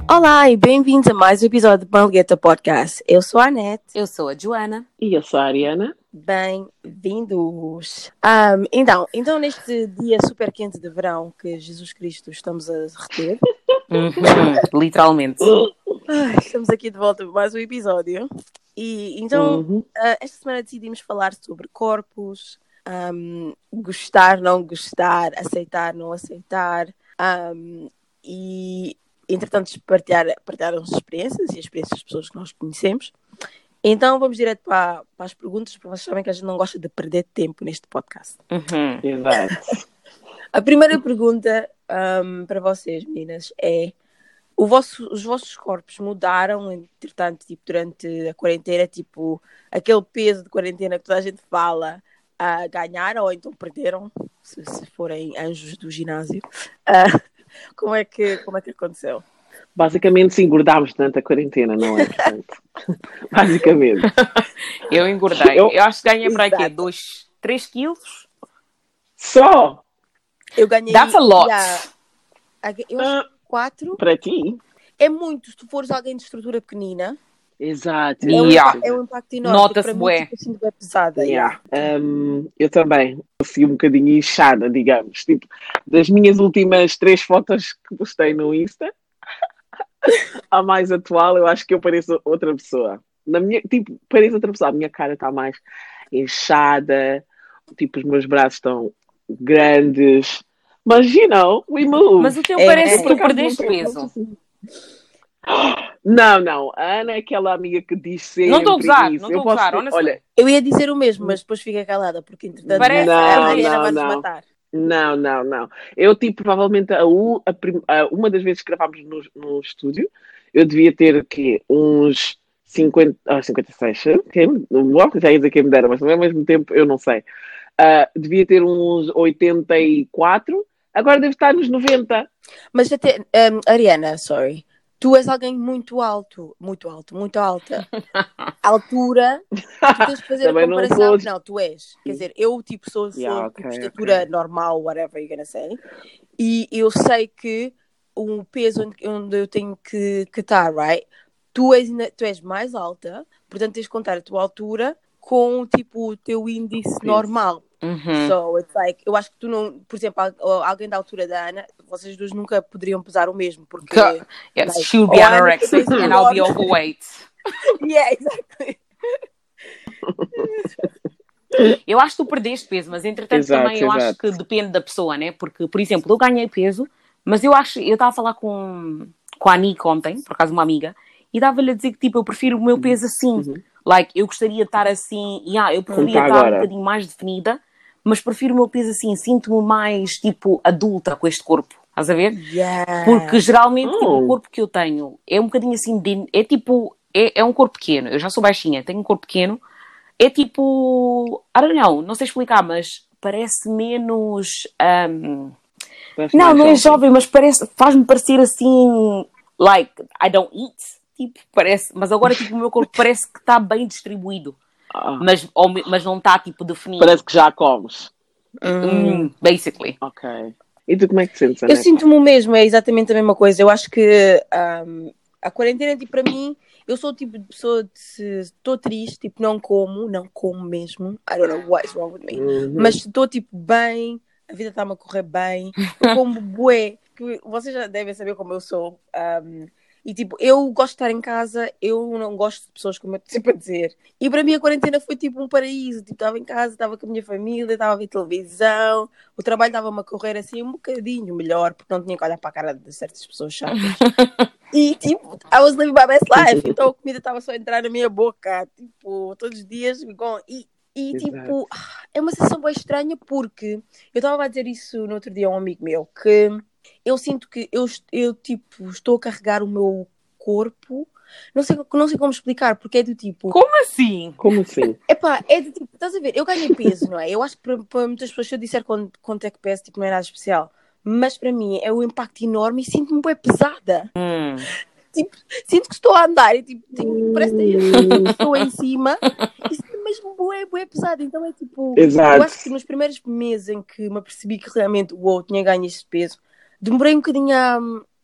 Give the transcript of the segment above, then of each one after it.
Olá e bem-vindos a mais um episódio do Banligueta Podcast. Eu sou a Anete. Eu sou a Joana. E eu sou a Ariana. Bem-vindos. Então, neste dia super quente de verão que Jesus Cristo estamos a derreter, Literalmente. Estamos aqui de volta para mais um episódio. E então, esta semana decidimos falar sobre corpos, gostar, não gostar, aceitar, não aceitar, e entretanto partilhar as experiências e as experiências das pessoas que nós conhecemos. Então vamos direto para as perguntas, porque vocês sabem que a gente não gosta de perder tempo neste podcast. Exato. A primeira pergunta para vocês, meninas, é: os vossos corpos mudaram, entretanto, tipo, durante a quarentena, tipo, aquele peso de quarentena que toda a gente fala, ganharam ou então perderam, se forem anjos do ginásio? Como é que aconteceu? Basicamente, se engordámos durante a quarentena, não é? Portanto, basicamente. Eu engordei. Eu acho que ganhei para aqui 3 quilos. Só? Eu ganhei... That's a lot. Eu acho que 4. Para ti? É muito, se tu fores alguém de estrutura pequenina. Exato. É um impacto enorme. Nota-se bué. Tipo, assim, é pesada. Yeah. Eu também. Eu fui um bocadinho inchada, digamos. Tipo, das minhas últimas 3 fotos que postei no Insta, a mais atual, eu acho que eu pareço outra pessoa. Pareço outra pessoa. A minha cara está mais inchada. Tipo, os meus braços estão grandes. Mas, we move. Mas o teu parece que tu perdeste peso. Não. A Ana é aquela amiga que diz sempre não estou a gozar, isso. Não estou a gozar, olha, eu ia dizer o mesmo, mas depois fiquei calada, porque entretanto a Mariana vai nos matar. Não. Eu, provavelmente, uma das vezes que gravámos no estúdio, eu devia ter aqui uns 56, já ia dizer quem me dera, mas ao mesmo tempo eu não sei. Devia ter uns 84, agora deve estar nos 90. Mas até, Ariana, tu és alguém muito alta. A altura, tu tens que fazer Também a comparação. Não, tu és. Quer dizer, eu sou de estatura normal, whatever you're gonna say. E eu sei que o peso onde eu tenho que estar, right? Tu és mais alta, portanto tens de contar a tua altura com o teu índice normal. So it's like, eu acho que tu não, por exemplo, alguém da altura da Ana, vocês duas nunca poderiam pesar o mesmo, porque yes, she'll be anorexic and I'll be overweight. Yeah, exactly. Eu acho que tu perdeste peso, mas entretanto também eu acho que depende da pessoa, né? Porque, por exemplo, eu ganhei peso, mas eu estava a falar com a Nick ontem, por acaso uma amiga, e dava-lhe a dizer que eu prefiro o meu peso assim. Like, eu gostaria de estar assim, eu preferia estar um bocadinho mais definida, mas prefiro o meu peso assim, sinto-me mais, adulta com este corpo. Estás a ver? Yeah. Porque geralmente, o corpo que eu tenho é um bocadinho assim, é um corpo pequeno. Eu já sou baixinha, tenho um corpo pequeno. É não sei explicar, mas parece menos... não é jovem, mas faz-me parecer assim, like, I don't eat. Parece, mas agora o meu corpo parece que está bem distribuído. Mas não está definido. Parece que já comes. Basically. Ok. E tu como é que te sentes, Ana? Eu sinto-me o mesmo, é exatamente a mesma coisa. Eu acho que a quarentena, para mim, eu sou o tipo de pessoa de se estou triste, não como mesmo. I don't know what is wrong with me. Mas se estou bem, a vida está-me a correr bem, eu como bué, que vocês já devem saber como eu sou. E eu gosto de estar em casa, eu não gosto de pessoas, como eu estou sempre a dizer. E para mim a quarentena foi um paraíso. Estava em casa, estava com a minha família, estava a ver televisão, o trabalho estava-me a correr assim um bocadinho melhor, porque não tinha que olhar para a cara de certas pessoas chatas. E I was living my best life, então a comida estava só a entrar na minha boca, todos os dias. É uma sensação bem estranha, porque eu estava a dizer isso no outro dia a um amigo meu, que eu sinto que eu estou a carregar o meu corpo, não sei como explicar, porque é do Como assim? Epá, é do estás a ver, eu ganhei peso, não é? Eu acho que para muitas pessoas, se eu disser quanto é que peso, não é nada especial, mas para mim é um impacto enorme e sinto-me bem pesada. Sinto que estou a andar e parece que estou em cima e sinto mesmo bué pesado. Então é eu acho que nos primeiros meses em que me apercebi que realmente tinha ganho este peso, demorei um bocadinho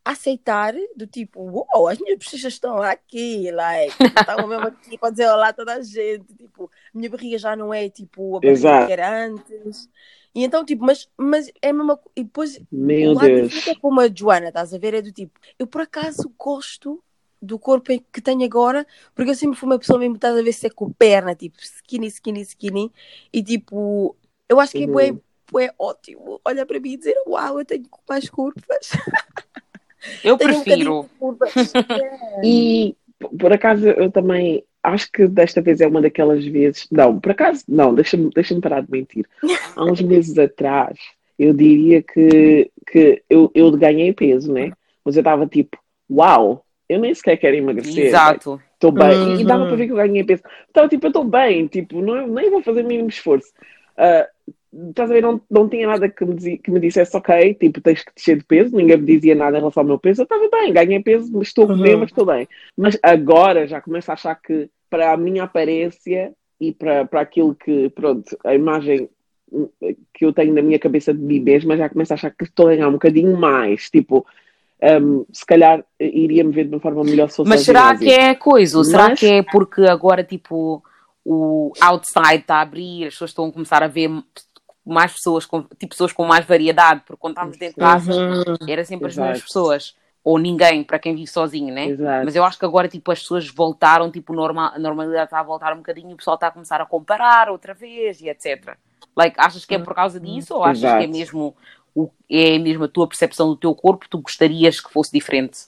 aceitar do tipo, uau, as minhas bochechas estão aqui, like, estão mesmo aqui para dizer olá a toda a gente, tipo, a minha barriga já não é tipo a barriga que era antes. E então, tipo, mas é a mesma coisa. E depois, Meu o lado Deus. diferente é como a Joana, estás a ver? É do tipo, eu por acaso gosto do corpo que tenho agora, porque eu sempre fui uma pessoa mesmo, estás a ver, se é com perna, tipo, skinny. E tipo, eu acho que é ótimo olhar para mim e dizer, uau, eu tenho mais curvas. Eu Tenho prefiro. um bocadinho de curvas. E por acaso eu também acho que desta vez é uma daquelas vezes. Não, por acaso, não, deixa-me parar de mentir. Há uns meses atrás eu diria que eu ganhei peso, né? Mas eu estava tipo, uau, eu nem sequer quero emagrecer. Exato. Estou bem. E dava para ver que eu ganhei peso. Estava tipo, eu estou bem, tipo, não, nem vou fazer o mínimo esforço. Estás a ver, não tinha nada que me dissesse, ok, tipo, tens que descer de peso, ninguém me dizia nada em relação ao meu peso, eu estava bem, ganhei peso, mas estou a comer, mas estou bem. Mas agora já começo a achar que para a minha aparência e para aquilo que, pronto, a imagem que eu tenho na minha cabeça de mim mesma, já começo a achar que estou a ganhar um bocadinho mais, tipo, se calhar iria-me ver de uma forma melhor se fosse Mas ao será ginásio. que é coisa? Ou será Mas- que é porque agora, tipo, o outside está a abrir, as pessoas estão a começar a ver mais pessoas, tipo, pessoas com mais variedade, porque quando estávamos dentro de casa, era sempre as mesmas Exato. pessoas. Ou ninguém, para quem vive sozinho, né? Exato. Mas eu acho que agora, tipo, as pessoas voltaram, tipo, a normalidade está a voltar um bocadinho e o pessoal está a começar a comparar outra vez e etc. Like, achas que é por causa disso ou achas que é mesmo, a tua percepção do teu corpo, tu gostarias que fosse diferente?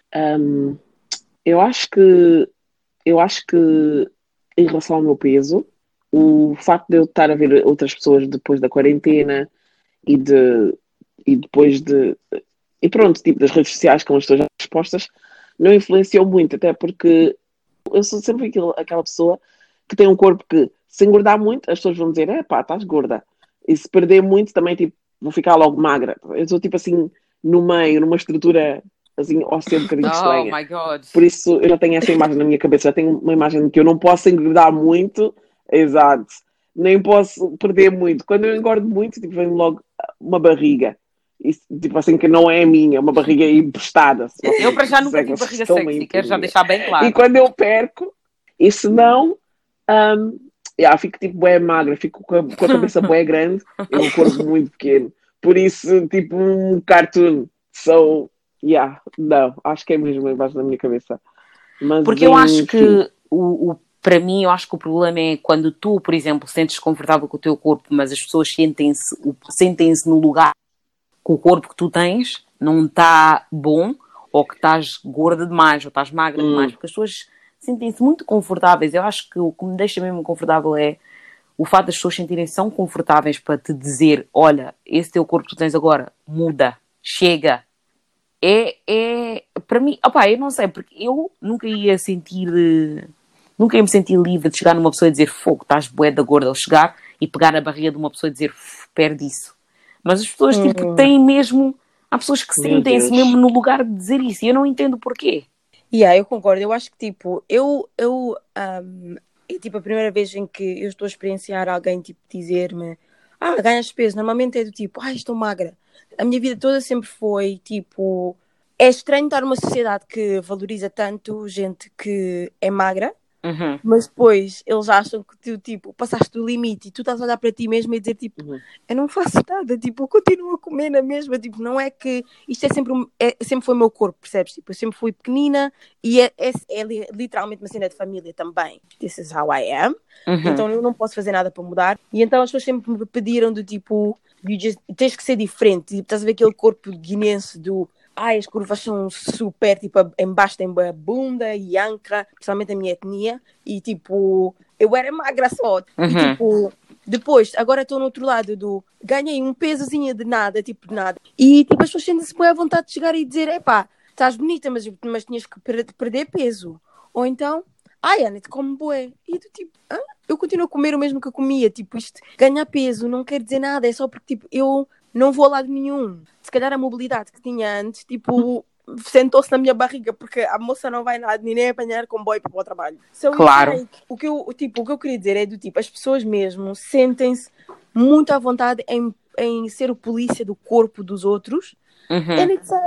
Eu acho que em relação ao meu peso, o facto de eu estar a ver outras pessoas depois da quarentena e depois de e pronto, tipo das redes sociais com as suas respostas, não influenciou muito, até porque eu sou sempre aquela pessoa que tem um corpo que, se engordar muito, as pessoas vão dizer, pá, estás gorda. E se perder muito, também, tipo, vou ficar logo magra. Eu sou, tipo, assim, no meio, numa estrutura, assim, óssea um bocadinho Oh estranha. my God. Por isso, eu já tenho essa imagem na minha cabeça. Já tenho uma imagem de que eu não posso engordar muito. Exato. Nem posso perder muito. Quando eu engordo muito, tipo, vem logo uma barriga. Isso, tipo assim, que não é minha, uma barriga emprestada. Eu para já nunca tive barriga sexy, quero já deixar bem claro. E quando eu perco, e se não, fico tipo bué magra, fico com a cabeça bué grande e um corpo muito pequeno. Por isso, tipo um cartoon. So, não, acho que é mesmo embaixo da minha cabeça. Mas, porque eu acho que para mim, eu acho que o problema é quando tu, por exemplo, sentes desconfortável com o teu corpo, mas as pessoas sentem-se no lugar que o corpo que tu tens não está bom, ou que estás gorda demais, ou estás magra demais, porque as pessoas sentem-se muito confortáveis. Eu acho que o que me deixa mesmo confortável é o fato das pessoas sentirem-se tão confortáveis para te dizer, olha, esse teu corpo que tu tens agora, muda, chega. Para mim, eu não sei, porque eu nunca ia me sentir livre de chegar numa pessoa e dizer, fogo, estás bué da gorda, ou chegar e pegar na barriga de uma pessoa e dizer, perde isso. Mas as pessoas, tipo, têm mesmo, há pessoas que sentem-se mesmo no lugar de dizer isso, e eu não entendo porquê. Eu concordo, eu acho que, tipo, é tipo a primeira vez em que eu estou a experienciar alguém, tipo, dizer-me, ganhas peso, normalmente é do tipo, estou magra. A minha vida toda sempre foi, tipo, é estranho estar numa sociedade que valoriza tanto gente que é magra, mas depois eles acham que tu, tipo, passaste do limite e tu estás a olhar para ti mesmo e dizer, tipo, eu não faço nada, tipo, eu continuo a comer na mesma, tipo, não é que isto sempre foi o meu corpo, percebes? Tipo, eu sempre fui pequenina e é literalmente uma cena de família também. This is how I am. Então eu não posso fazer nada para mudar. E então as pessoas sempre me pediram do tipo, tens que ser diferente, tipo, estás a ver aquele corpo guinense do as curvas são super, tipo, embaixo tem a bunda e ancra, principalmente a minha etnia, e tipo, eu era magra só, e tipo, depois, agora estou no outro lado ganhei um pesozinho de nada, tipo, de nada, e tipo, as pessoas sentem-se bem à vontade de chegar e dizer, estás bonita, mas tinhas que perder peso, ou então, Ana, te como bué, e tu tipo, eu continuo a comer o mesmo que eu comia, tipo, isto, ganhar peso não quer dizer nada, é só porque, tipo, eu não vou a lado nenhum. Se calhar a mobilidade que tinha antes, tipo, sentou-se na minha barriga, porque a moça não vai nada, nem apanhar comboio para o trabalho. Claro. O que eu queria dizer é do tipo, as pessoas mesmo sentem-se muito à vontade em ser o polícia do corpo dos outros. And it's like,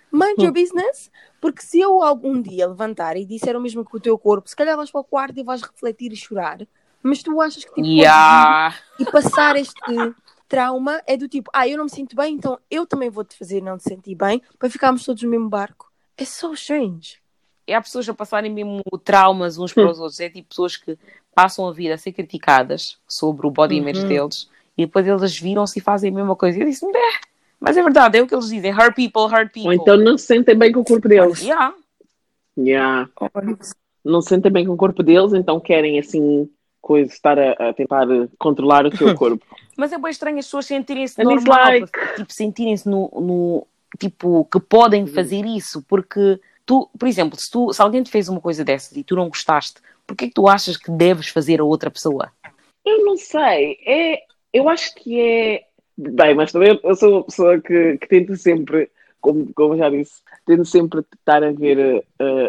mind your business, porque se eu algum dia levantar e disser o mesmo que o teu corpo, se calhar vais para o quarto e vais refletir e chorar, mas tu achas que tipo, podes vir e passar este trauma é do tipo, eu não me sinto bem, então eu também vou-te fazer não te sentir bem, para ficarmos todos no mesmo barco. É so strange. Há pessoas a passarem mesmo traumas uns para os outros. É tipo pessoas que passam a vida a ser criticadas sobre o body image deles e depois eles viram-se e fazem a mesma coisa. E eu disse, mas é verdade, é o que eles dizem. Hurt people, hurt people. Ou então não se sentem bem com o corpo deles. Yeah. Não se sentem bem com o corpo deles, então querem assim estar a tentar controlar o seu corpo. Mas é bem estranho as pessoas sentirem-se normal, tipo, sentirem-se no tipo, que podem fazer isso, porque tu, por exemplo, se alguém te fez uma coisa dessas e tu não gostaste, porquê é que tu achas que deves fazer a outra pessoa? Eu não sei, eu acho que é... Bem, mas também eu sou uma pessoa que tenta sempre, como eu já disse, tento sempre tentar ver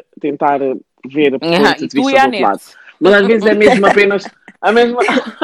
a pessoa de vista do outro lado. Mas às vezes é mesmo apenas a mesma...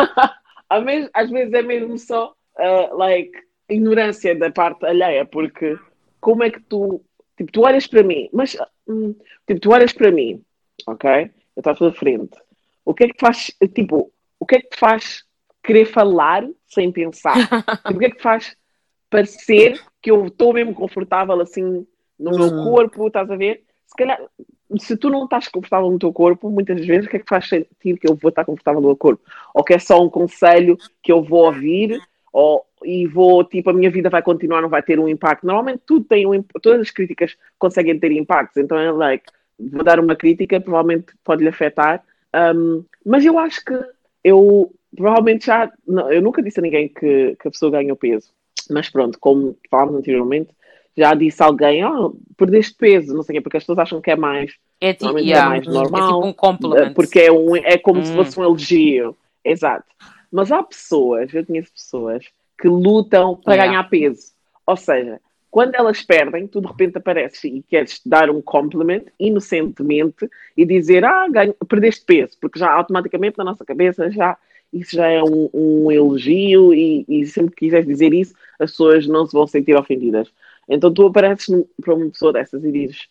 às vezes é mesmo só ignorância da parte alheia, porque como é que tu olhas para mim, mas tu olhas para mim, ok? Eu estou à tua frente. O que é que faz, o que é que te faz querer falar sem pensar? O que é que te faz parecer que eu estou mesmo confortável assim no meu corpo, estás a ver? Se calhar, se tu não estás confortável no teu corpo, muitas vezes o que é que faz sentir que eu vou estar confortável no meu corpo? Ou que é só um conselho que eu vou ouvir e vou, a minha vida vai continuar, não vai ter um impacto. Normalmente tudo tem todas as críticas conseguem ter impactos, então é vou dar uma crítica, provavelmente pode-lhe afetar, mas eu acho que eu provavelmente eu nunca disse a ninguém que a pessoa ganhou peso, mas pronto, como falámos anteriormente, já disse a alguém, perdeste peso, não sei o quê, porque as pessoas acham que é mais, é mais normal, é tipo um compliment. porque é como se fosse um elogio, exato. Mas há pessoas, eu conheço pessoas que lutam para ganhar peso, ou seja, quando elas perdem, tu de repente apareces e queres dar um compliment inocentemente e dizer, perdeste peso, porque já automaticamente na nossa cabeça isso já é um elogio e sempre que quiseres dizer isso, as pessoas não se vão sentir ofendidas. Então tu apareces para uma pessoa dessas e dizes,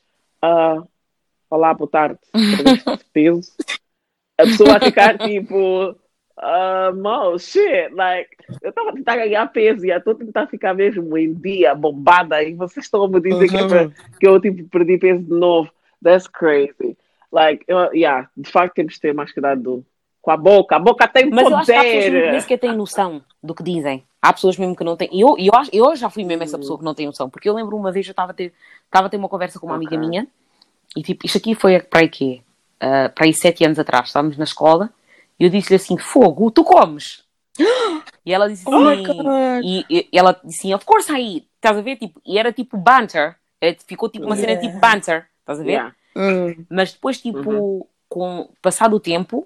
olá, boa tarde, perdeste peso. A pessoa vai ficar tipo, shit, eu estava a tentar ganhar peso e estou a tentar ficar mesmo em dia, bombada, e vocês estão a me dizer que eu perdi peso de novo. That's crazy. De facto temos de ter mais cuidado com a boca tem poder. Mas eu acho que há pessoas que nem sequer têm noção do que dizem. Há pessoas mesmo que não têm. Eu já fui mesmo essa pessoa que não tem noção, porque eu lembro uma vez eu estava a ter uma conversa com uma amiga minha e isto aqui foi para aí quê? Para aí 7 anos atrás, estávamos na escola e eu disse-lhe assim, fogo, tu comes? E ela disse assim, e ela disse assim, of course I eat, estás a ver? E era tipo banter, ficou tipo uma cena tipo banter, estás a ver? Mas depois com passado o tempo,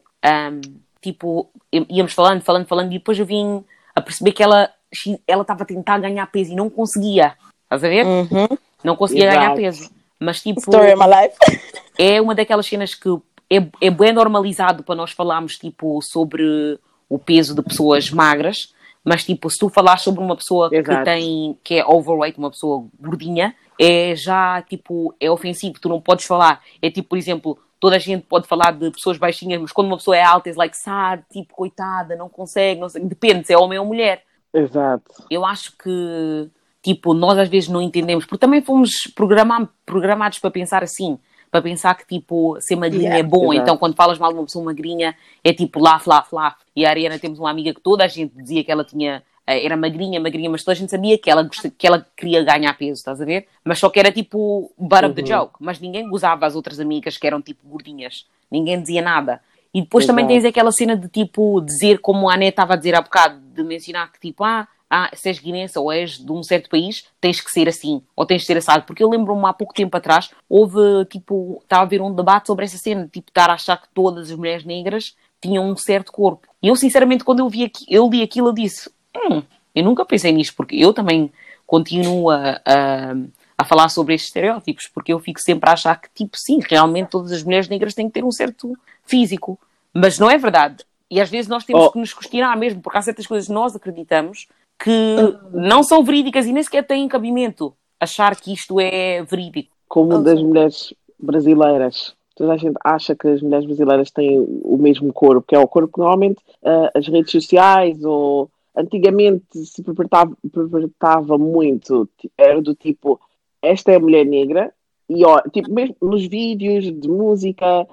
íamos falando e depois eu vim a perceber que ela estava a tentar ganhar peso e não conseguia, estás a ver? Não conseguia ganhar peso. Mas Story of my life. É uma daquelas cenas que é bem normalizado para nós falarmos sobre o peso de pessoas magras, mas se tu falares sobre uma pessoa que é overweight, uma pessoa gordinha, é já é ofensivo, tu não podes falar. É por exemplo, toda a gente pode falar de pessoas baixinhas, mas quando uma pessoa é alta, é sad, coitada, não consegue, depende se é homem ou mulher. Exato. Eu acho que nós às vezes não entendemos, porque também fomos programados para pensar assim, para pensar que ser magrinha é bom, então quando falas mal de uma pessoa magrinha é laugh. E a Ariana, temos uma amiga que toda a gente dizia que ela era magrinha, mas toda a gente sabia que ela queria ganhar peso, estás a ver? Mas só que era butt of the joke, mas ninguém gozava as outras amigas que eram gordinhas, ninguém dizia nada. E depois também tens aquela cena de dizer, como a Ané estava a dizer há bocado, de mencionar que se és guinense ou és de um certo país, tens que ser assim, ou tens de ser assado. Porque eu lembro-me há pouco tempo atrás, estava a haver um debate sobre essa cena, estar a achar que todas as mulheres negras tinham um certo corpo. E eu, sinceramente, quando eu li aquilo, eu disse, eu nunca pensei nisto, porque eu também continuo a falar sobre estes estereótipos, porque eu fico sempre a achar que, sim, realmente todas as mulheres negras têm que ter um certo físico. Mas não é verdade. E às vezes nós temos que nos questionar mesmo, porque há certas coisas que nós acreditamos que não são verídicas e nem sequer têm cabimento. achar que isto é verídico. Como das mulheres brasileiras. Toda a gente acha que as mulheres brasileiras têm o mesmo corpo, que é o corpo que normalmente as redes sociais ou antigamente se perpetuava muito. Era do tipo, esta é a mulher negra, e ó, tipo, mesmo nos vídeos de música,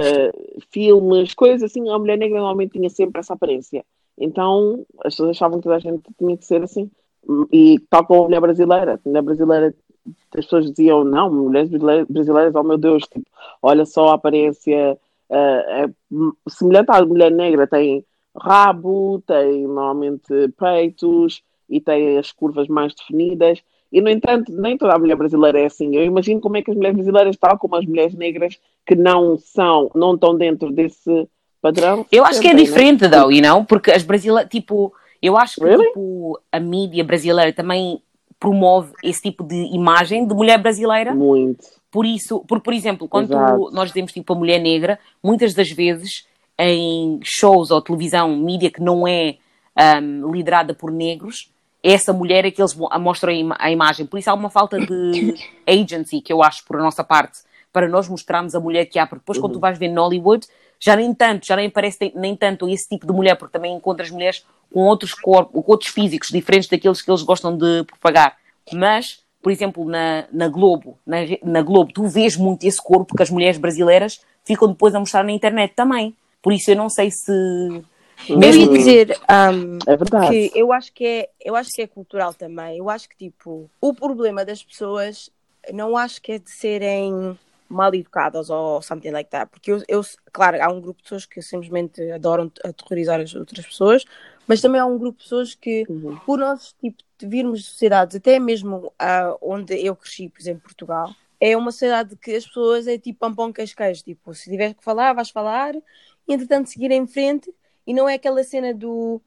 filmes, coisas assim, a mulher negra normalmente tinha sempre essa aparência. Então as pessoas achavam que toda a gente tinha que ser assim. E tal como a mulher brasileira, as pessoas diziam, não, mulheres brasileiras, oh meu Deus, tipo, olha só a aparência, é semelhante à mulher negra, tem rabo, tem normalmente peitos e tem as curvas mais definidas. E, no entanto, nem toda a mulher brasileira é assim. Eu imagino como é que as mulheres brasileiras, tal como as mulheres negras, que não estão dentro desse padrão, eu acho que é sentem, diferente, né? though, you know? Porque as brasileiras, tipo, eu acho que Really? tipo, a mídia brasileira também promove esse tipo de imagem de mulher brasileira. Muito. Por isso, porque, por exemplo, quando Exato. nós dizemos tipo a mulher negra, muitas das vezes em shows ou televisão, mídia que não é liderada por negros, essa mulher é que eles mostram a imagem. Por isso há uma falta de agency, que eu acho, por a nossa parte, para nós mostrarmos a mulher que há. Porque depois, quando tu vais ver Nollywood, já nem aparece nem tanto esse tipo de mulher, porque também encontras mulheres com outros corpos, com outros físicos diferentes daqueles que eles gostam de propagar. Mas, por exemplo, na Globo, na Globo, tu vês muito esse corpo que as mulheres brasileiras ficam depois a mostrar na internet também. Por isso eu não sei se... Eu ia dizer É verdade. que eu acho que é cultural também. Eu acho que, tipo, o problema das pessoas não acho que é de serem mal educadas ou something like that. Porque claro, há um grupo de pessoas que simplesmente adoram aterrorizar as outras pessoas, mas também há um grupo de pessoas que, por nós, tipo, virmos de sociedades, até mesmo onde eu cresci, por exemplo, Portugal, é uma sociedade que as pessoas é tipo pão, queijo. Tipo, se tiver que falar, vais falar, e entretanto seguir em frente. E não é aquela cena do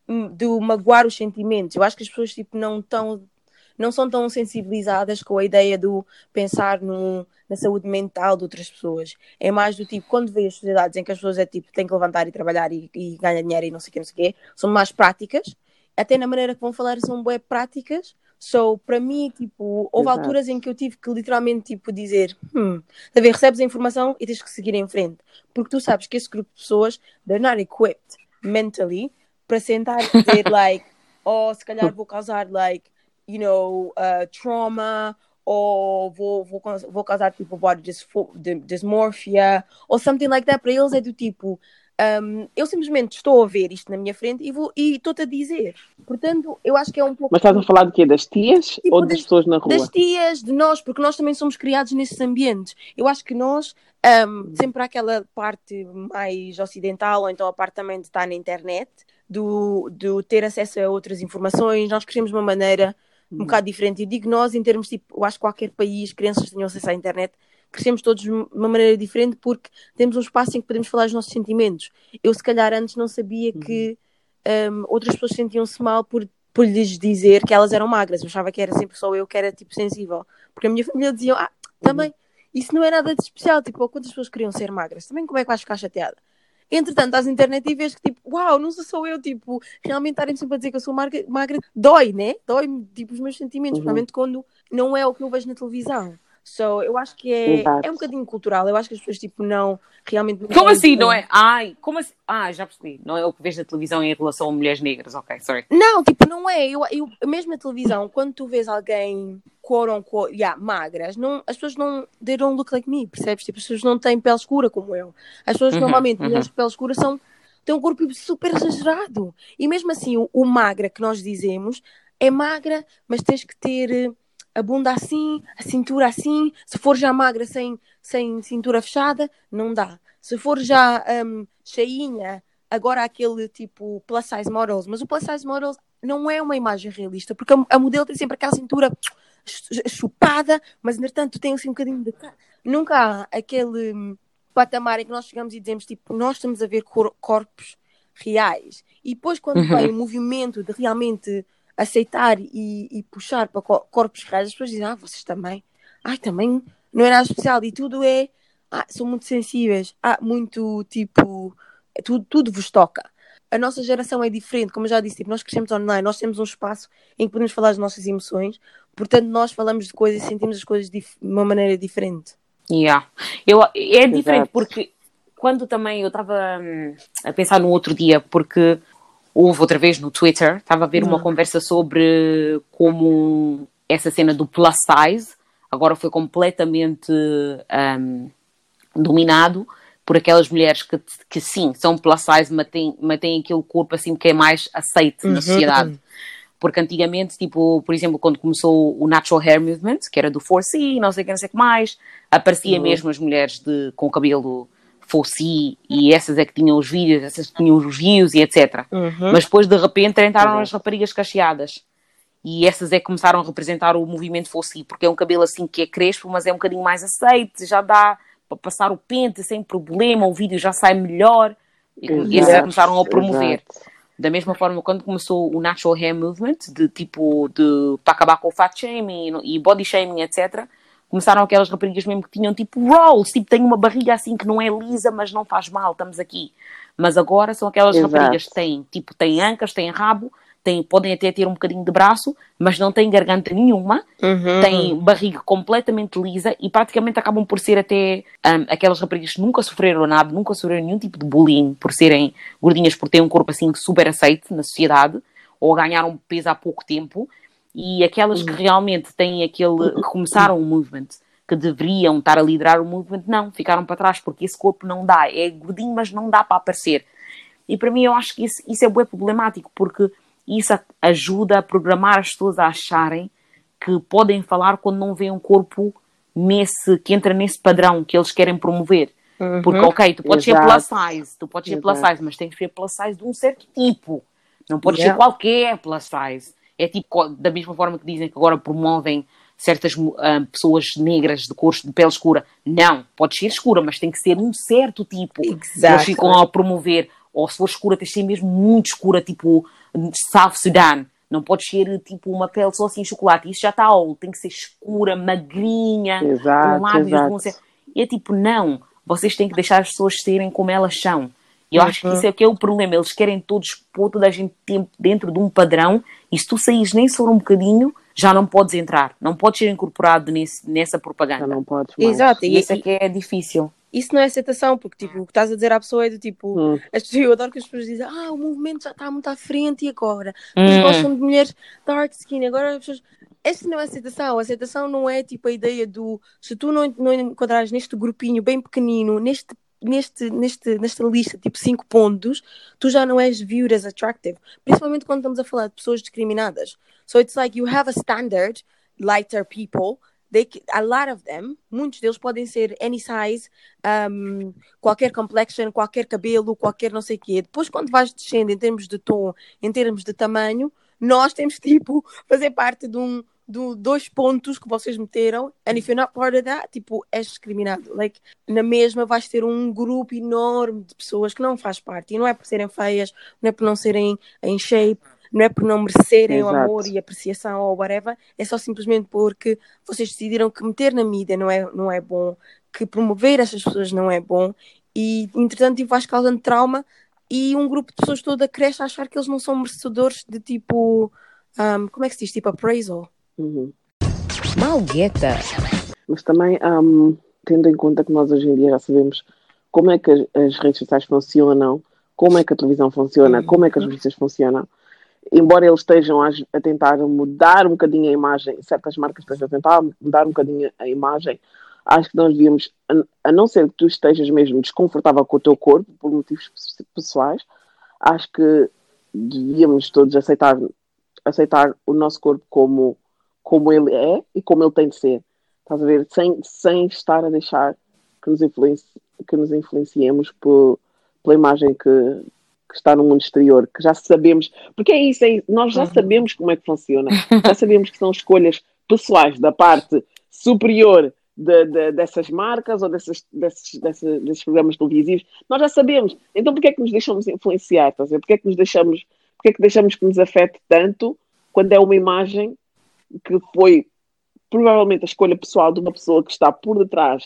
magoar os sentimentos. Eu acho que as pessoas tipo, não são tão sensibilizadas com a ideia do pensar na saúde mental de outras pessoas. É mais do tipo, quando vê as sociedades em que as pessoas é tipo, têm que levantar e trabalhar e ganhar dinheiro e não sei o quê, são mais práticas. Até na maneira que vão falar são bem práticas. So, para mim, tipo, houve Exato. alturas em que eu tive que literalmente tipo, dizer recebes a informação e tens que seguir em frente. Porque tu sabes que esse grupo de pessoas, they're not equipped mentally para sentar e dizer, like, se calhar vou causar, like, you know, trauma, ou vou causar, tipo, body dysmorphia, ou something like that. Para eles é do tipo, eu simplesmente estou a ver isto na minha frente e estou-te a dizer. Portanto, eu acho que é um pouco... Mas estás a falar de quê? Das tias tipo, ou das pessoas na rua? Das tias, de nós, porque nós também somos criados nesses ambientes. Eu acho que nós, sempre há aquela parte mais ocidental, ou então a parte também de estar na internet, do ter acesso a outras informações. Nós crescemos de uma maneira um bocado diferente. Eu digo nós, em termos, tipo, eu acho que qualquer país, crianças tenham acesso à internet, crescemos todos de uma maneira diferente porque temos um espaço em que podemos falar os nossos sentimentos. Eu, se calhar, antes não sabia que outras pessoas sentiam-se mal por lhes dizer que elas eram magras. Eu achava que era sempre só eu que era, tipo, sensível. Porque a minha família dizia, também, isso não é nada de especial. Tipo, quantas pessoas queriam ser magras? Também como é que vais ficar chateada? Entretanto, estás na internet e vês que, tipo, uau, não sou eu, tipo, realmente estarem sempre a dizer que eu sou magra, dói, né? Dói-me, tipo, os meus sentimentos, principalmente quando não é o que eu vejo na televisão. So, eu acho que é um bocadinho cultural. Eu acho que as pessoas, tipo, não realmente... Como assim, não é? Ai, como assim? Já percebi. Não é o que vês na televisão em relação a mulheres negras. Ok, sorry. Não, tipo, não é. Eu mesmo na televisão, quando tu vês alguém, quote unquote, magras, as pessoas não... They don't look like me, percebes? Tipo, as pessoas não têm pele escura como eu. As pessoas normalmente, mulheres de pele escura, têm um corpo super exagerado. E mesmo assim, o magra que nós dizemos é magra, mas tens que ter a bunda assim, a cintura assim. Se for já magra sem cintura fechada, não dá. Se for já cheinha, agora há aquele tipo plus size models, mas o plus size models não é uma imagem realista, porque a modelo tem sempre aquela cintura chupada, mas entretanto tem assim um bocadinho de... Nunca há aquele patamar em que nós chegamos e dizemos, tipo, nós estamos a ver corpos reais. E depois quando vem o movimento de realmente aceitar e puxar para corpos reais, as pessoas dizem, vocês também. Também não é nada especial. E tudo é, são muito sensíveis. Muito, tipo, tudo vos toca. A nossa geração é diferente, como eu já disse, tipo, nós crescemos online, nós temos um espaço em que podemos falar das nossas emoções, portanto nós falamos de coisas e sentimos as coisas de uma maneira diferente. É diferente porque quando também eu estava a pensar no outro dia, porque houve outra vez no Twitter, estava a ver uma conversa sobre como essa cena do plus size agora foi completamente dominado por aquelas mulheres que sim, são plus size, mas têm aquele corpo assim que é mais aceite na sociedade. Porque antigamente, tipo, por exemplo, quando começou o Natural Hair Movement, que era do 4C, não sei o que mais, aparecia mesmo as mulheres com cabelo 4C e essas é que tinham os vídeos, essas que tinham os views e etc. Mas depois, de repente, entraram as raparigas cacheadas. E essas é que começaram a representar o movimento 4C, porque é um cabelo assim que é crespo, mas é um bocadinho mais aceite, já dá para passar o pente sem problema, o vídeo já sai melhor. E essas começaram a promover. Da mesma forma, quando começou o Natural Hair Movement, para acabar com o fat shaming e body shaming, etc., começaram aquelas raparigas mesmo que tinham tipo rolls, tipo, tem uma barriga assim que não é lisa, mas não faz mal, estamos aqui. Mas agora são aquelas raparigas que têm ancas, têm rabo, podem até ter um bocadinho de braço, mas não têm garganta nenhuma, têm barriga completamente lisa e praticamente acabam por ser até aquelas raparigas que nunca sofreram nada, nunca sofreram nenhum tipo de bullying por serem gordinhas, por terem um corpo assim super aceite na sociedade, ou ganharam peso há pouco tempo, e aquelas que realmente têm que começaram o movement, que deveriam estar a liderar o movement, não, ficaram para trás, porque esse corpo não dá, é gordinho, mas não dá para aparecer. E para mim eu acho que isso é bué problemático, porque isso ajuda a programar as pessoas a acharem que podem falar quando não veem um corpo que entra nesse padrão que eles querem promover. Porque, ok, tu podes ser plus size, mas tem que ser plus size de um certo tipo. Não pode ser qualquer plus size. É tipo, da mesma forma que dizem que agora promovem certas pessoas negras de pele escura. Não, pode ser escura, mas tem que ser um certo tipo. Eles ficam a promover. Ou se for escura, tens de ser mesmo muito escura, tipo South Sudan. Não pode ser tipo uma pele só assim chocolate. Isso já está old. Tem que ser escura, magrinha, com lábios. E é tipo, não. Vocês têm que deixar as pessoas serem como elas são. E eu acho que isso é que é o problema. Eles querem pôr toda a gente dentro de um padrão. E se tu saís nem só um bocadinho, já não podes entrar. Não podes ser incorporado nessa propaganda. Já não podes mais. Exato. E isso é que é difícil. Isso não é aceitação, porque tipo, o que estás a dizer à pessoa é do tipo, eu adoro que as pessoas dizem, o movimento já está muito à frente e agora? Eles gostam de mulheres dark skin, agora as pessoas... Essa não é aceitação. A aceitação não é tipo a ideia do, se tu não enquadrares neste grupinho bem pequenino, nesta lista, tipo 5 pontos, tu já não és viewed as attractive. Principalmente quando estamos a falar de pessoas discriminadas. So it's like you have a standard, lighter people, a lot of them, muitos deles podem ser any size, qualquer complexion, qualquer cabelo, qualquer não sei o quê. Depois, quando vais descendo em termos de tom, em termos de tamanho, nós temos tipo fazer parte de 2 pontos que vocês meteram, and if you're not part of that, tipo, és discriminado. Like, na mesma vais ter um grupo enorme de pessoas que não faz parte, e não é por serem feias, não é por não serem em shape, não é por não merecerem o amor e apreciação ou whatever, é só simplesmente porque vocês decidiram que meter na mídia não é bom, que promover essas pessoas não é bom, e entretanto vais causando trauma, e um grupo de pessoas toda cresce a achar que eles não são merecedores de tipo, como é que se diz? Tipo appraisal. Malgueta. Mas também, tendo em conta que nós hoje em dia já sabemos como é que as redes sociais funcionam, como é que a televisão funciona, como é que as revistas funcionam, embora eles estejam a tentar mudar um bocadinho a imagem, certas marcas estejam a tentar mudar um bocadinho a imagem, acho que nós devíamos, a não ser que tu estejas mesmo desconfortável com o teu corpo, por motivos pessoais, acho que devíamos todos aceitar o nosso corpo como ele é e como ele tem de ser. Estás a ver? Sem estar a deixar que nos influenciemos pela imagem que está no mundo exterior, que já sabemos, porque é isso, nós já sabemos como é que funciona, já sabemos que são escolhas pessoais da parte superior dessas marcas ou desses programas televisivos, nós já sabemos, então porque é que nos deixamos influenciar, estás a ver? Porque é que deixamos que nos afete tanto quando é uma imagem que foi provavelmente a escolha pessoal de uma pessoa que está por detrás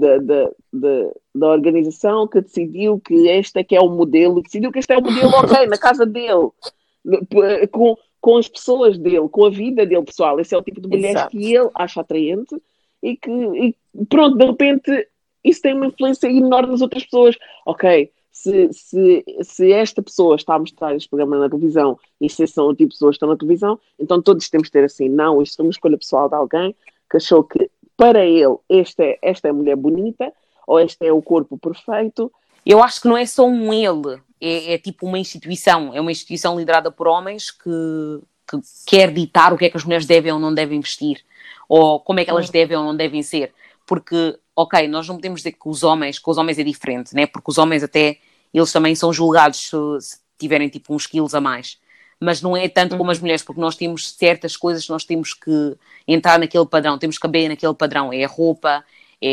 da organização, que decidiu que este é que é o modelo, decidiu que este é o modelo, ok, na casa dele, com as pessoas dele, com a vida dele pessoal. Esse é o tipo de mulheres Exato. que ele acha atraente e pronto, de repente isso tem uma influência enorme nas outras pessoas. Ok, se esta pessoa está a mostrar este programa na televisão e se são o tipo de pessoas que estão na televisão, então todos temos de ter assim, não, isto é uma escolha pessoal de alguém que achou que para ele esta é a mulher bonita ou este é o corpo perfeito. Eu acho que não é só um ele, é tipo uma instituição, é uma instituição liderada por homens que quer ditar o que é que as mulheres devem ou não devem vestir, ou como é que elas devem ou não devem ser. Porque, ok, nós não podemos dizer que os homens é diferente, né? Porque os homens até, eles também são julgados se tiverem tipo uns quilos a mais. Mas não é tanto como as mulheres, porque nós temos certas coisas que nós temos que entrar naquele padrão, temos que caber naquele padrão, é a roupa,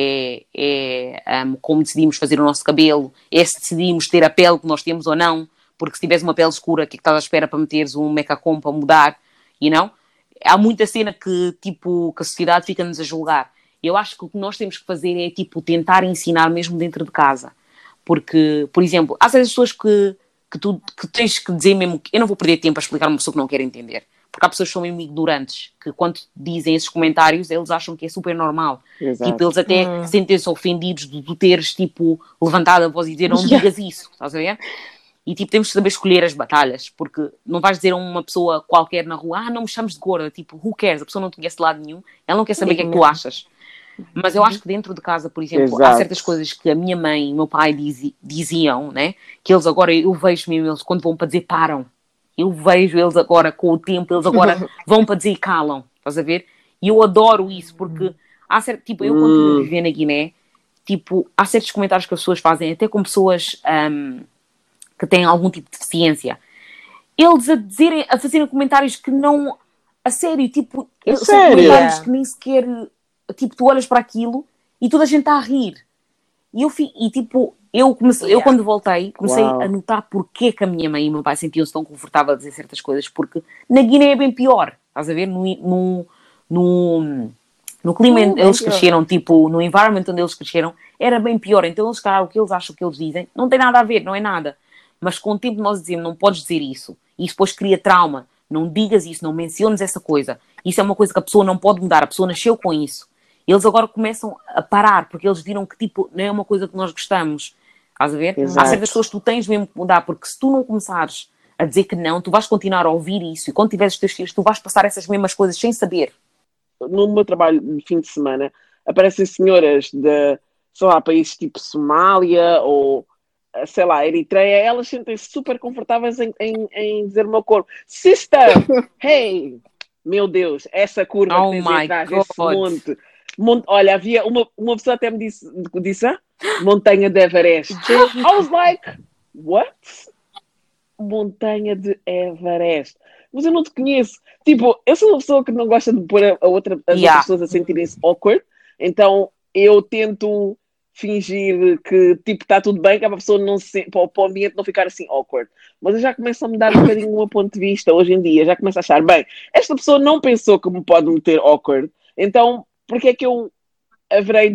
como decidimos fazer o nosso cabelo, é se decidimos ter a pele que nós temos ou não, porque se tiveres uma pele escura, o que é que estás à espera para meteres um macacão para mudar, e não? Há muita cena que a sociedade fica-nos a julgar. Eu acho que o que nós temos que fazer é, tipo, tentar ensinar mesmo dentro de casa. Porque, por exemplo, há certas pessoas que tens que dizer mesmo que eu não vou perder tempo a explicar a uma pessoa que não quer entender. Porque há pessoas que são mesmo ignorantes, que quando dizem esses comentários, eles acham que é super normal. Exato. Tipo, eles até sentem-se ofendidos de tu teres, tipo, levantado a voz e dizer não digas isso, estás a ver? E, tipo, temos que saber escolher as batalhas, porque não vais dizer a uma pessoa qualquer na rua, não me chames de gorda, tipo, who cares? A pessoa não te conhece de lado nenhum, ela não quer saber o que é que tu achas. Mas eu acho que dentro de casa, por exemplo, há certas coisas que a minha mãe e o meu pai diziam, né? Que eles agora, eu vejo mesmo eles quando vão para dizer param. Eu vejo eles agora com o tempo, eles agora vão para dizer e calam. Estás a ver? E eu adoro isso, porque há certo, tipo, eu quando estive a viver na Guiné, tipo, há certos comentários que as pessoas fazem, até com pessoas que têm algum tipo de deficiência. Eles a fazerem comentários que não... A sério, tipo, são comentários que nem sequer... Tipo, tu olhas para aquilo e toda a gente está a rir. Eu quando voltei, comecei a notar porque que a minha mãe e o meu pai sentiam-se tão confortáveis a dizer certas coisas, porque na Guiné é bem pior. Estás a ver? No clima onde eles cresceram, tipo, no environment onde eles cresceram, era bem pior. Então, eles, cara, o que eles acham que eles dizem, não tem nada a ver, não é nada. Mas com o tempo nós dizemos, não podes dizer isso. E isso depois cria trauma. Não digas isso, não menciones essa coisa. Isso é uma coisa que a pessoa não pode mudar. A pessoa nasceu com isso. Eles agora começam a parar, porque eles viram que, tipo, não é uma coisa que nós gostamos. Estás a ver? Exato. Há certas pessoas que tu tens mesmo que mudar, porque se tu não começares a dizer que não, tu vais continuar a ouvir isso. E quando tiveres os teus filhos, tu vais passar essas mesmas coisas sem saber. No meu trabalho de fim de semana, aparecem senhoras de, sei lá, países tipo Somália ou, sei lá, Eritreia. Elas sentem-se super confortáveis em dizer o meu corpo. Sister, hey, meu Deus, essa curva que tens aí atrás, esse monte. Olha, havia uma pessoa até me disse Montanha de Everest. I was like, what? Montanha de Everest. Mas eu não te conheço. Tipo, eu sou uma pessoa que não gosta de pôr as outras pessoas a sentirem-se awkward. Então, eu tento fingir que, tipo, está tudo bem, que a pessoa não para o ambiente não ficar assim awkward. Mas eu já começo a mudar um bocadinho o meu ponto de vista hoje em dia. Já começo a achar, bem, esta pessoa não pensou que me pode meter awkward. Então, porque é que eu haverei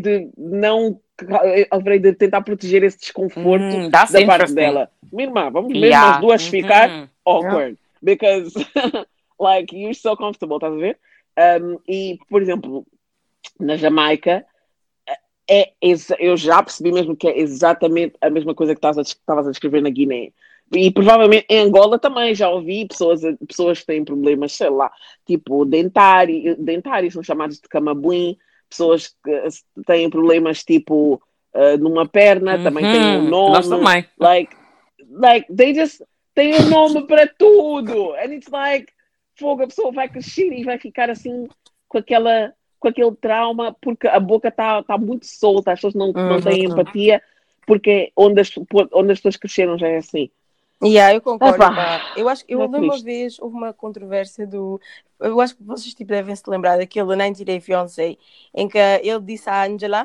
de tentar proteger esse desconforto da parte dela? Minha irmã, vamos mesmo as duas ficar awkward. Because, like, you're so comfortable, estás a ver? E, por exemplo, na Jamaica, eu já percebi mesmo que é exatamente a mesma coisa que estavas a descrever na Guiné. E provavelmente em Angola também já ouvi pessoas que têm problemas, sei lá, tipo dentários, são chamados de camabuim, pessoas que têm problemas tipo numa perna, também têm um nome. Nós também. Like, they just têm um nome para tudo. And it's like, fogo, a pessoa vai crescer e vai ficar assim com aquele trauma, porque a boca está muito solta, as pessoas não têm empatia, porque onde as pessoas cresceram já é assim. Eu concordo. Eu acho que eu lembro uma vez, houve uma controvérsia eu acho que vocês tipo, devem se lembrar daquele 90 Day Fiancé, em que ele disse à Angela,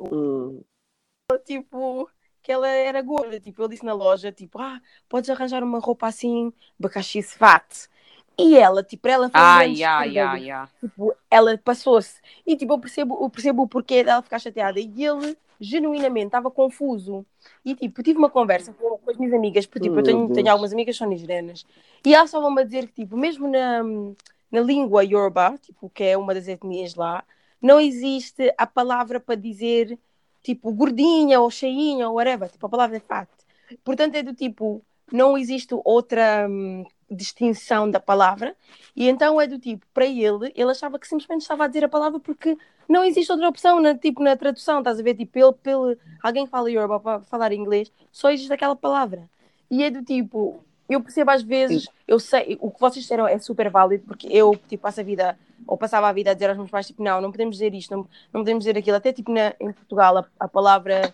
tipo, que ela era gorda, tipo, ele disse na loja, tipo, podes arranjar uma roupa assim, bacaxi fat. E ela, tipo, para ela foi um grande escândalo. Yeah. Tipo, ela passou-se. E, tipo, eu percebo o porquê dela ficar chateada. E ele, genuinamente, estava confuso. E, tipo, tive uma conversa com as minhas amigas, porque, tipo, eu tenho algumas amigas que são nigerianas. E elas estavam-me a dizer que, tipo, mesmo na língua Yoruba, tipo, que é uma das etnias lá, não existe a palavra para dizer, tipo, gordinha ou cheinha ou whatever. Tipo, a palavra é fat. Portanto, é do tipo, não existe outra distinção da palavra, e então é do tipo, para ele achava que simplesmente estava a dizer a palavra porque não existe outra opção na tradução, estás a ver? Tipo, alguém que fala Yoruba para falar inglês, só existe aquela palavra. E é do tipo, eu percebo às vezes, eu sei, o que vocês disseram é super válido, porque eu, tipo, passava a vida a dizer aos meus pais, tipo, não podemos dizer isto, não podemos dizer aquilo. Até, tipo, em Portugal, a palavra,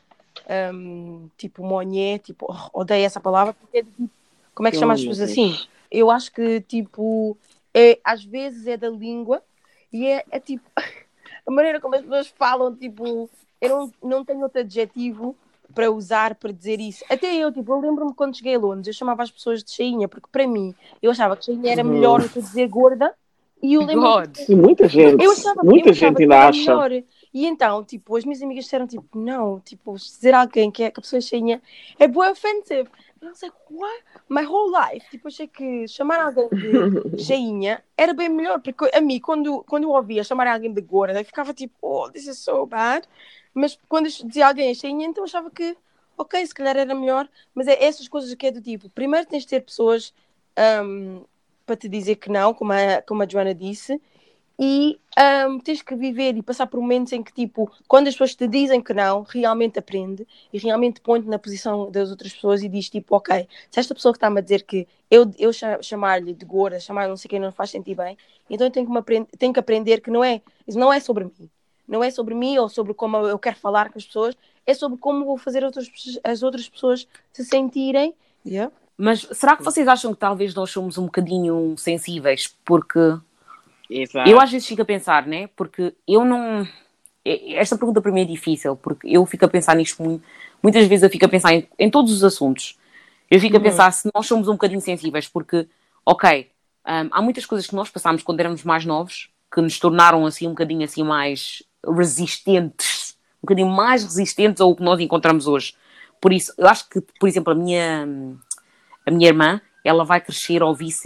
tipo, monhé, tipo, odeio essa palavra, porque é tipo, como é que chama as pessoas assim? Eu acho que, tipo, às vezes é da língua e é tipo, a maneira como as pessoas falam, tipo, eu não tenho outro adjetivo para usar para dizer isso. Até eu, tipo, eu lembro-me quando cheguei a Londres, eu chamava as pessoas de cheinha, porque para mim, eu achava que cheinha era melhor do que dizer gorda, e eu lembro E muita gente que ainda era acha. melhor. E então, tipo, as minhas amigas disseram, tipo, não, tipo, dizer a alguém que a pessoa é cheinha é bué offensive. E eu was like, what? My whole life. Tipo, achei que chamar alguém de cheinha era bem melhor, porque a mim, quando eu ouvia chamar alguém de gorda, eu ficava tipo, oh, this is so bad. Mas quando eu dizia alguém é cheinha, então eu achava que, ok, se calhar era melhor. Mas é essas coisas que é do tipo, primeiro tens de ter pessoas para te dizer que não, como a Joana disse, e tens que viver e passar por momentos em que, tipo, quando as pessoas te dizem que não, realmente aprende e realmente põe-te na posição das outras pessoas e diz, tipo, ok, se esta pessoa que está-me a dizer que eu chamar-lhe de gorda, chamar não sei quem, não faz sentir bem, então eu tenho que aprender que isso não é sobre mim. Não é sobre mim ou sobre como eu quero falar com as pessoas, é sobre como vou fazer as outras pessoas se sentirem. Yeah. Mas será que vocês acham que talvez nós somos um bocadinho sensíveis? Porque eu às vezes fico a pensar, né? Porque eu não... Esta pergunta para mim é difícil, porque eu fico a pensar nisto muitas vezes eu fico a pensar em todos os assuntos. Eu fico a pensar se nós somos um bocadinho sensíveis, porque, ok, há muitas coisas que nós passámos quando éramos mais novos, que nos tornaram assim um bocadinho assim mais resistentes, um bocadinho mais resistentes ao que nós encontramos hoje. Por isso, eu acho que, por exemplo, a minha irmã, ela vai crescer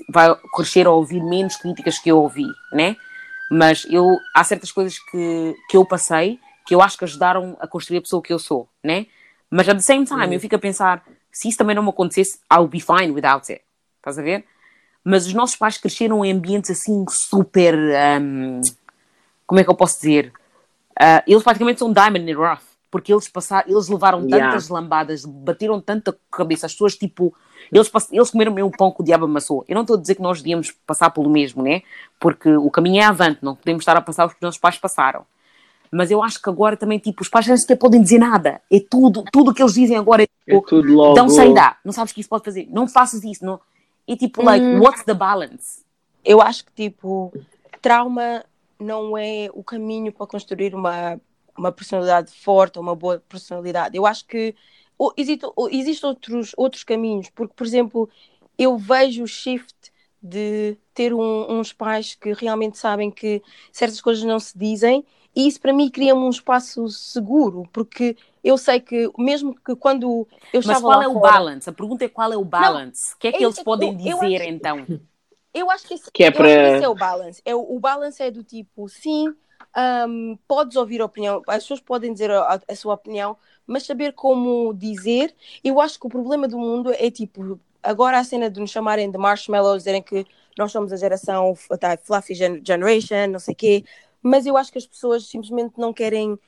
a ouvir menos críticas que eu ouvi, né? Mas há certas coisas que eu passei que eu acho que ajudaram a construir a pessoa que eu sou, né? Mas at the same time, eu fico a pensar, se isso também não me acontecesse, I'll be fine without it. Estás a ver? Mas os nossos pais cresceram em ambientes assim super... como é que eu posso dizer? Eles praticamente são diamond in the rough. Porque eles levaram tantas lambadas, bateram tanta cabeça. As pessoas, tipo... Eles comeram o mesmo pão que o diabo amassou. Eu não estou a dizer que nós devíamos passar pelo mesmo, né? Porque o caminho é avante. Não podemos estar a passar o que os nossos pais passaram. Mas eu acho que agora também, tipo, os pais nem sequer podem dizer nada. É tudo o que eles dizem agora é tipo... tudo logo. Então sei dá. Não sabes que isso pode fazer. Não faças isso. Não... É tipo, like, what's the balance? Eu acho que, tipo, trauma não é o caminho para construir uma personalidade forte ou uma boa personalidade. Eu acho que existem outros caminhos, porque, por exemplo, eu vejo o shift de ter uns pais que realmente sabem que certas coisas não se dizem, e isso para mim cria-me um espaço seguro, porque eu sei que mesmo que quando eu estava lá Mas qual é o balance? A pergunta é qual é o balance? O que é que eles podem dizer então? Eu acho que esse é o balance. O balance é do tipo, sim, podes ouvir a opinião, as pessoas podem dizer a sua opinião, mas saber como dizer. Eu acho que o problema do mundo é tipo, agora a cena de nos chamarem de marshmallows, dizerem que nós somos a geração fluffy generation, não sei o quê, mas eu acho que as pessoas simplesmente não querem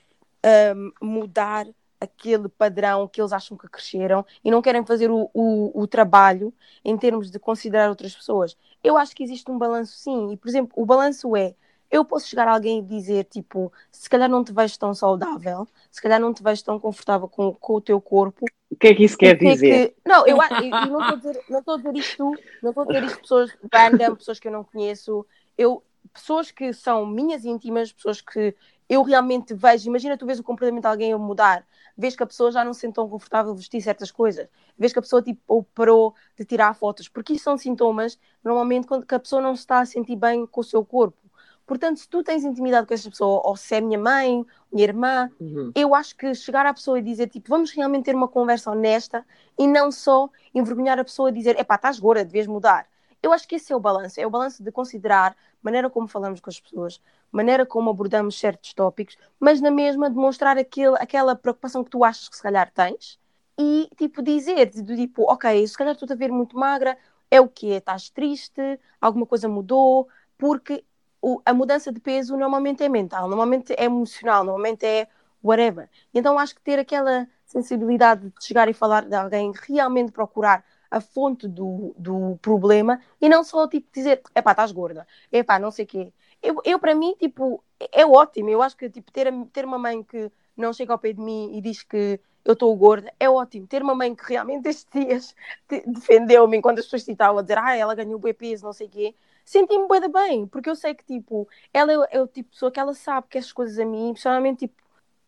mudar aquele padrão que eles acham que cresceram e não querem fazer o trabalho em termos de considerar outras pessoas. Eu acho que existe um balanço, sim, e por exemplo, o balanço é, eu posso chegar a alguém e dizer, tipo, se calhar não te vejo tão saudável, se calhar não te vejo tão confortável com o teu corpo. O que é que isso quer dizer? Não, eu não estou a dizer isto, não estou a dizer isto pessoas random, pessoas que eu não conheço. pessoas que são minhas íntimas, pessoas que eu realmente vejo, imagina tu vês o comportamento de alguém a mudar, vês que a pessoa já não se sente tão confortável a vestir certas coisas, vês que a pessoa tipo, ou parou de tirar fotos, porque isso são sintomas, normalmente, quando que a pessoa não se está a sentir bem com o seu corpo. Portanto, se tu tens intimidade com essa pessoa, ou se é minha mãe, minha irmã, eu acho que chegar à pessoa e dizer, tipo, vamos realmente ter uma conversa honesta e não só envergonhar a pessoa e dizer, epá, estás gorda, devias mudar. Eu acho que esse é o balanço de considerar a maneira como falamos com as pessoas, a maneira como abordamos certos tópicos, mas na mesma demonstrar aquela preocupação que tu achas que se calhar tens e, tipo, dizer, tipo, ok, se calhar estou a ver muito magra, é o quê? Estás triste? Alguma coisa mudou? Porque a mudança de peso normalmente é mental, normalmente é emocional, normalmente é whatever. Então acho que ter aquela sensibilidade de chegar e falar de alguém, realmente procurar a fonte do problema e não só tipo dizer, epá, estás gorda, epá, não sei o quê. Eu para mim, tipo, é ótimo. Eu acho que tipo, ter uma mãe que não chega ao pé de mim e diz que eu estou gorda, é ótimo. Ter uma mãe que realmente estes dias defendeu-me enquanto as pessoas estavam a dizer, ela ganhou o peso, não sei o quê. Senti-me bué de bem, porque eu sei que, tipo, ela é o tipo de pessoa que ela sabe que essas coisas a mim, pessoalmente, tipo,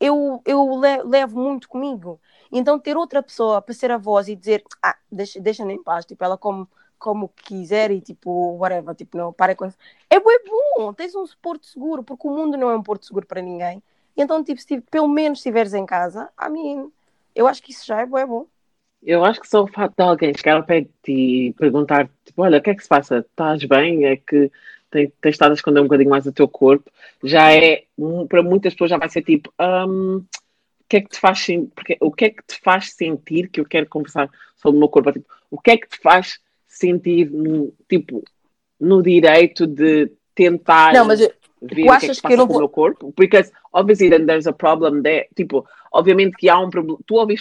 eu levo muito comigo. Então, ter outra pessoa para ser a voz e dizer, deixa-me em paz, tipo, ela como quiser e, tipo, whatever, tipo, não, para com isso. É bué bom, tens um porto seguro, porque o mundo não é um porto seguro para ninguém. Então, tipo, se pelo menos estiveres em casa, eu acho que isso já é bué bom. Eu acho que só o facto de alguém chegar ao pé de ti e perguntar, tipo, olha, o que é que se passa? Estás bem? É que tens estado a esconder um bocadinho mais o teu corpo. Já é, para muitas pessoas já vai ser tipo, o que é que te faz sentir, o que é que te faz sentir que eu quero conversar sobre o meu corpo? Tipo, o que é que te faz sentir, tipo, no direito de tentar Não, mas ver tu o que é que achas se que eu passa não com o vou... meu corpo? Because obviously then there's a problem there. Tipo, obviamente que há um problema.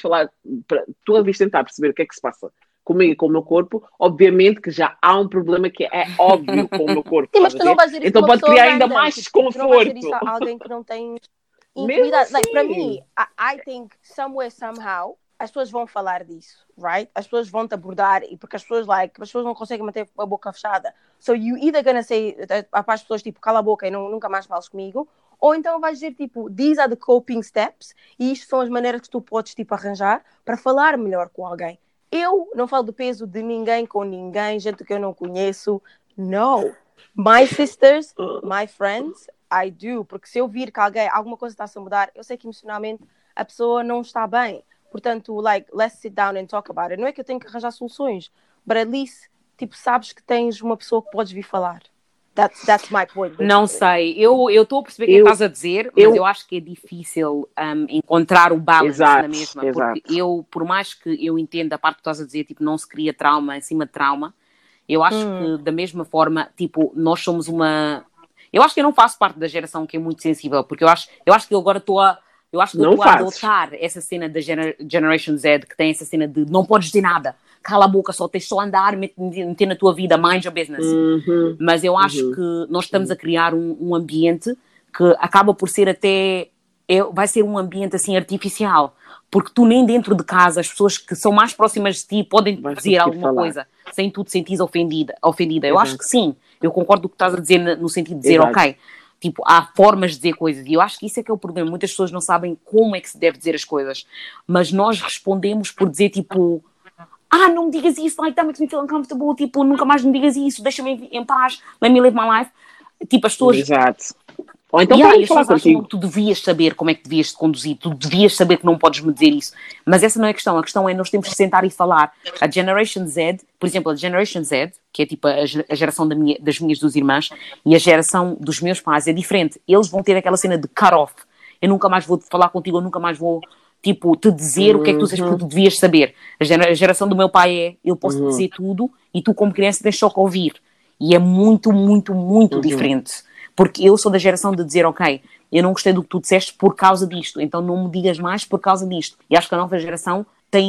Tu ouviste tentar perceber o que é que se passa comigo e com o meu corpo, obviamente que já há um problema que é óbvio com o meu corpo, Sim, mas estás a tu não ver? vais dizer isso a Então uma pode pessoa criar ainda random. mais Tipo, tu não vais dizer isso desconforto. a alguém que não tem Mesmo intimidade. Like, para assim. mim, I think somewhere, somehow, as pessoas vão falar disso, right? As pessoas vão te abordar, e porque as pessoas não conseguem manter a boca fechada. So you either gonna say para as pessoas, tipo, cala a boca e nunca mais falas comigo, ou então vais dizer, tipo, these are the coping steps, e isto são as maneiras que tu podes, tipo, arranjar para falar melhor com alguém. Eu não falo do peso de ninguém com ninguém, gente que eu não conheço. No. My sisters, my friends, I do. Porque se eu vir que alguma coisa está a mudar, eu sei que emocionalmente a pessoa não está bem. Portanto, like, let's sit down and talk about it. Não é que eu tenho que arranjar soluções, but at least, tipo, sabes que tens uma pessoa que podes vir falar. That's my point. Não sei, eu estou a perceber o que é que estás a dizer, mas eu acho que é difícil encontrar o balance na mesma, porque eu, por mais que eu entenda a parte que estás a dizer, tipo, não se cria trauma em cima de trauma, eu acho que da mesma forma, tipo, nós somos uma... Eu acho que eu não faço parte da geração que é muito sensível, porque eu acho que eu agora estou a... Eu acho que eu estou a adotar essa cena da Generation Z, que tem essa cena de não podes dizer nada, cala a boca, só tens só andar, meter na tua vida, mind your business. Mas eu acho que nós estamos a criar um ambiente que acaba por ser até... vai ser um ambiente assim artificial, porque tu nem dentro de casa, as pessoas que são mais próximas de ti podem dizer alguma coisa sem tu te sentires ofendida. Eu acho que sim, eu concordo com o que estás a dizer no sentido de dizer, ok, tipo, há formas de dizer coisas, e eu acho que isso é que é o problema. Muitas pessoas não sabem como é que se deve dizer as coisas, mas nós respondemos por dizer, tipo, não me digas isso, like, that makes me feel uncomfortable, tipo, nunca mais me digas isso, deixa-me em paz, let me live my life. Tipo, as pessoas... Exato. Ou então as falar pessoas contigo. acham que tu devias saber como é que devias te conduzir, tu devias saber que não podes me dizer isso, mas essa não é a questão é nós temos que sentar e falar. A Generation Z, por exemplo, a Generation Z, que é tipo a geração das minhas duas irmãs, e a geração dos meus pais é diferente. Eles vão ter aquela cena de cut off. Eu nunca mais vou falar contigo, eu nunca mais vou, tipo, te dizer o que é que tu sabes que tu devias saber. A geração do meu pai eu posso te dizer tudo, e tu como criança tens só que ouvir. E é muito, muito, muito diferente. Porque eu sou da geração de dizer, ok, eu não gostei do que tu disseste por causa disto, então não me digas mais por causa disto. E acho que a nova geração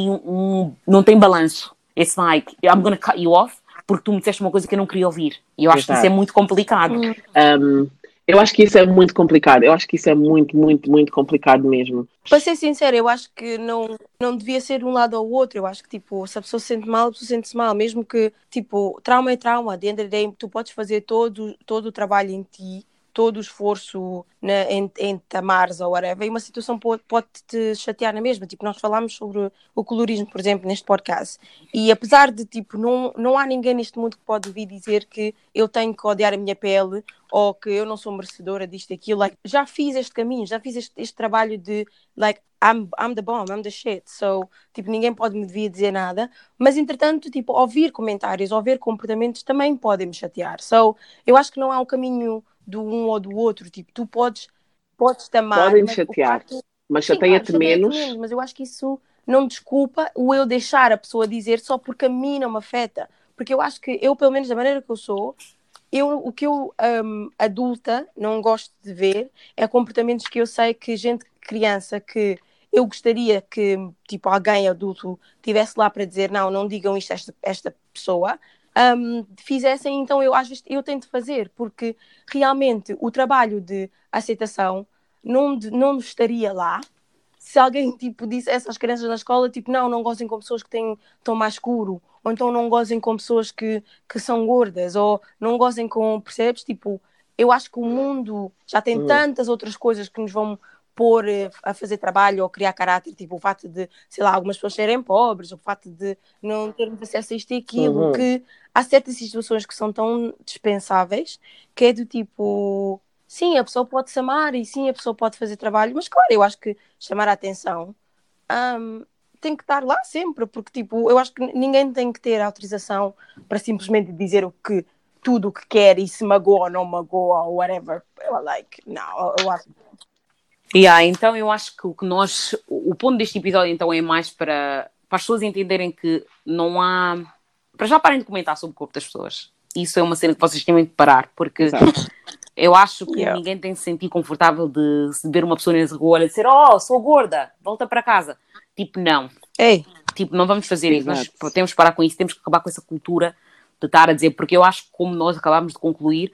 não tem balanço. It's like, I'm gonna cut you off porque tu me disseste uma coisa que eu não queria ouvir. E eu acho que isso é muito complicado. Eu acho que isso é muito complicado. Eu acho que isso é muito, muito, muito complicado mesmo. Para ser sincera, eu acho que não devia ser um lado ou outro. Eu acho que, tipo, se a pessoa se sente mal, a pessoa sente-se mal. Mesmo que, tipo, trauma é trauma. Dentro da tu podes fazer todo o trabalho em ti, todo o esforço em te amares ou whatever, e uma situação pode-te chatear na mesma. Tipo, nós falámos sobre o colorismo, por exemplo, neste podcast. E apesar de, tipo, não há ninguém neste mundo que pode vir dizer que eu tenho que odiar a minha pele ou que eu não sou merecedora disto e aquilo. Like, já fiz este caminho, já fiz este trabalho de, like, I'm the bomb, I'm the shit. So, tipo, ninguém pode me devia dizer nada. Mas, entretanto, tipo, ouvir comentários, ouvir comportamentos também podem me chatear. So, eu acho que não há um caminho do um ou do outro. Tipo, tu podes te amar. Podem chatear, mas chateia-te menos. Mas eu acho que isso não desculpa o eu deixar a pessoa dizer só porque a mim não me afeta. Porque eu acho que eu, pelo menos da maneira que eu sou, o que eu, adulta, não gosto de ver é comportamentos que eu sei que criança, que eu gostaria que, tipo, alguém adulto estivesse lá para dizer não digam isto a esta pessoa, fizessem. Então eu às vezes eu tento fazer, porque realmente o trabalho de aceitação não estaria lá se alguém, tipo, dissesse às crianças na escola, tipo, não gozem com pessoas que têm tom mais escuro, ou então não gozem com pessoas que são gordas, ou não gozem com, percebes? Tipo, eu acho que o mundo já tem tantas outras coisas que nos vão pôr a fazer trabalho ou criar caráter, tipo o fato de, sei lá, algumas pessoas serem pobres, ou o fato de não termos acesso a isto e aquilo, que há certas situações que são tão dispensáveis, que é do tipo, sim, a pessoa pode se amar e sim, a pessoa pode fazer trabalho, mas claro, eu acho que chamar a atenção tem que estar lá sempre, porque tipo, eu acho que ninguém tem que ter autorização para simplesmente dizer tudo o que quer e se magoa ou não magoa ou whatever. Não, eu acho. Então eu acho que o ponto deste episódio então é mais para as pessoas entenderem que não há, para já parem de comentar sobre o corpo das pessoas. Isso é uma cena que vocês têm que parar, porque eu acho que ninguém tem de se sentir confortável de se ver uma pessoa na rua e dizer, sou gorda, volta para casa. Tipo, não. Tipo, não vamos fazer isso. Nós temos que parar com isso, temos que acabar com essa cultura de estar a dizer, porque eu acho que, como nós acabámos de concluir,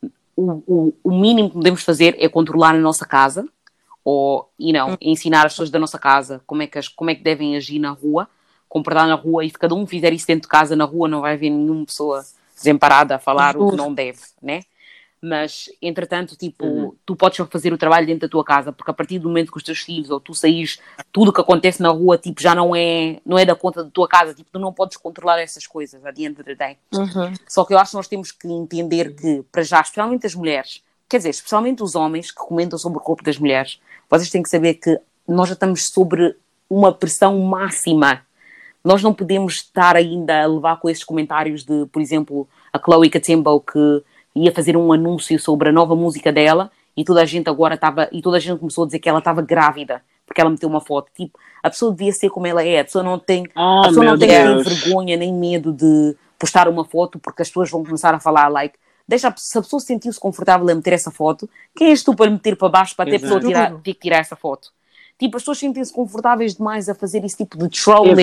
o mínimo que podemos fazer é controlar a nossa casa, ou ensinar as pessoas da nossa casa como é que devem agir na rua, comportar na rua, e se cada um fizer isso dentro de casa, na rua, não vai haver nenhuma pessoa desemparada a falar o que não deve, né? Mas, entretanto, tipo, tu podes só fazer o trabalho dentro da tua casa, porque a partir do momento que os teus filhos, ou tu saís, tudo o que acontece na rua, tipo, já não é da conta da tua casa, tipo, tu não podes controlar essas coisas, at the end of the day. Só que eu acho que nós temos que entender que, para já, especialmente as mulheres, quer dizer, especialmente os homens que comentam sobre o corpo das mulheres, vocês têm que saber que nós já estamos sobre uma pressão máxima. Nós não podemos estar ainda a levar com esses comentários de, por exemplo, a Chloe Katembo, que ia fazer um anúncio sobre a nova música dela e toda a gente começou a dizer que ela estava grávida porque ela meteu uma foto. Tipo, a pessoa devia ser como ela é. A pessoa não tem que ter vergonha nem medo de postar uma foto, porque as pessoas vão começar a falar se a pessoa sentiu-se confortável a meter essa foto, quem és tu para meter para baixo para ter a pessoa ter que tirar essa foto? Tipo, as pessoas sentem-se confortáveis demais a fazer esse tipo de trolling.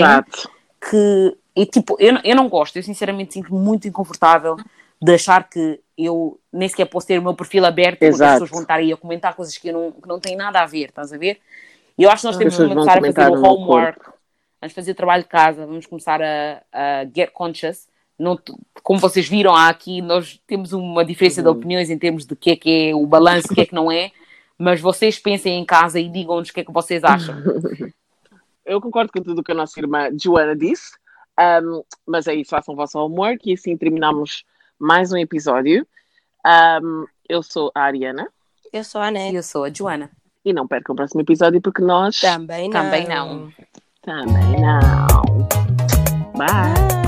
Que, e, tipo, eu não gosto. Eu sinceramente sinto-me muito inconfortável de achar que eu nem sequer posso ter o meu perfil aberto, porque as pessoas vão estar aí a comentar coisas que não têm nada a ver, estás a ver? E eu acho que nós temos que começar a fazer o homework, vamos fazer o trabalho de casa, vamos começar a get conscious. Como vocês viram, aqui nós temos uma diferença de opiniões em termos de que é o balanço, o que é que não é, mas vocês pensem em casa e digam-nos o que é que vocês acham. Eu concordo com tudo o que a nossa irmã Joana disse, mas é isso, façam o vosso homework e assim terminamos mais um episódio. Eu sou a Ariana. Eu sou a Anete. E eu sou a Joana. E não percam o próximo episódio porque nós... Também não. Também não. Bye.